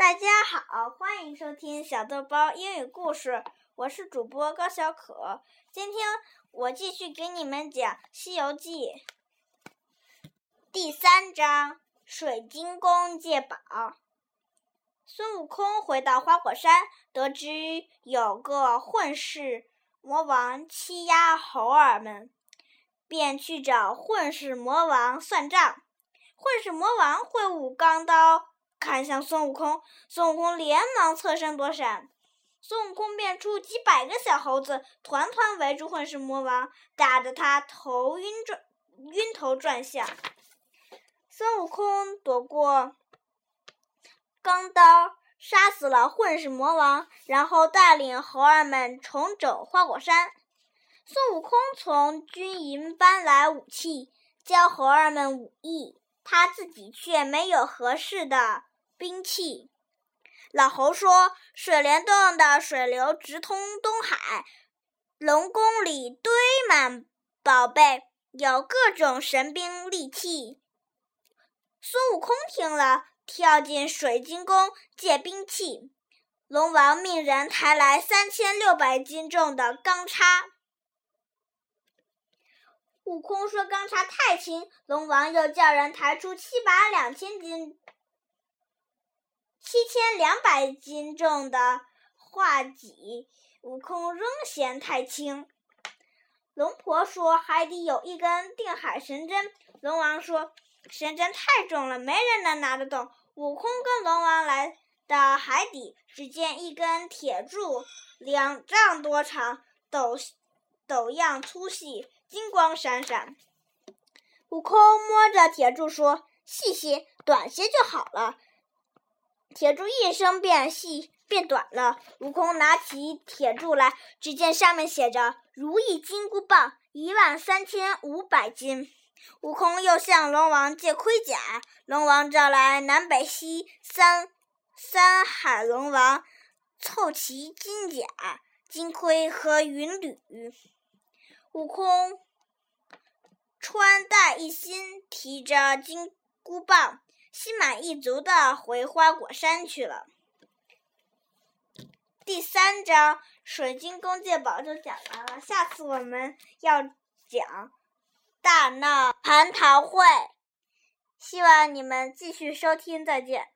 大家好，欢迎收听小豆包英语故事，我是主播高小可。今天我继续给你们讲《西游记》第3章水晶宫借宝。孙悟空回到花果山，得知有个混世魔王欺压猴儿们，便去找混世魔王算账。混世魔王挥舞钢刀砍向孙悟空，孙悟空连忙侧身躲闪，孙悟空变出几百个小猴子，团团围住混世魔王，打得他晕头转向。孙悟空躲过钢刀，杀死了混世魔王，然后带领猴儿们重整花果山。孙悟空从军营搬来武器，教猴儿们武艺，他自己却没有合适的兵器。老猴说，水帘洞的水流直通东海，龙宫里堆满宝贝，有各种神兵利器。孙悟空听了，跳进水晶宫借兵器。龙王命人抬来3600斤重的钢叉。悟空说钢叉太轻，龙王又叫人抬出7把7200斤重的画戟，悟空仍嫌太轻。龙婆说海底有一根定海神针，龙王说神针太重了，没人能拿得动。悟空跟龙王来到海底，只见一根铁柱2丈多长，斗样粗细，金光闪闪。悟空摸着铁柱说，细些，短些就好了。铁柱一声变细变短了。悟空拿起铁柱来，只见上面写着如意金箍棒13500斤。悟空又向龙王借盔甲，龙王召来南北西三海龙王，凑齐金甲、金盔和云履。悟空穿戴一新，提着金箍棒，心满意足地回花果山去了。第3章水晶宫借宝就讲完了，下次我们要讲大闹蟠桃会，希望你们继续收听，再见。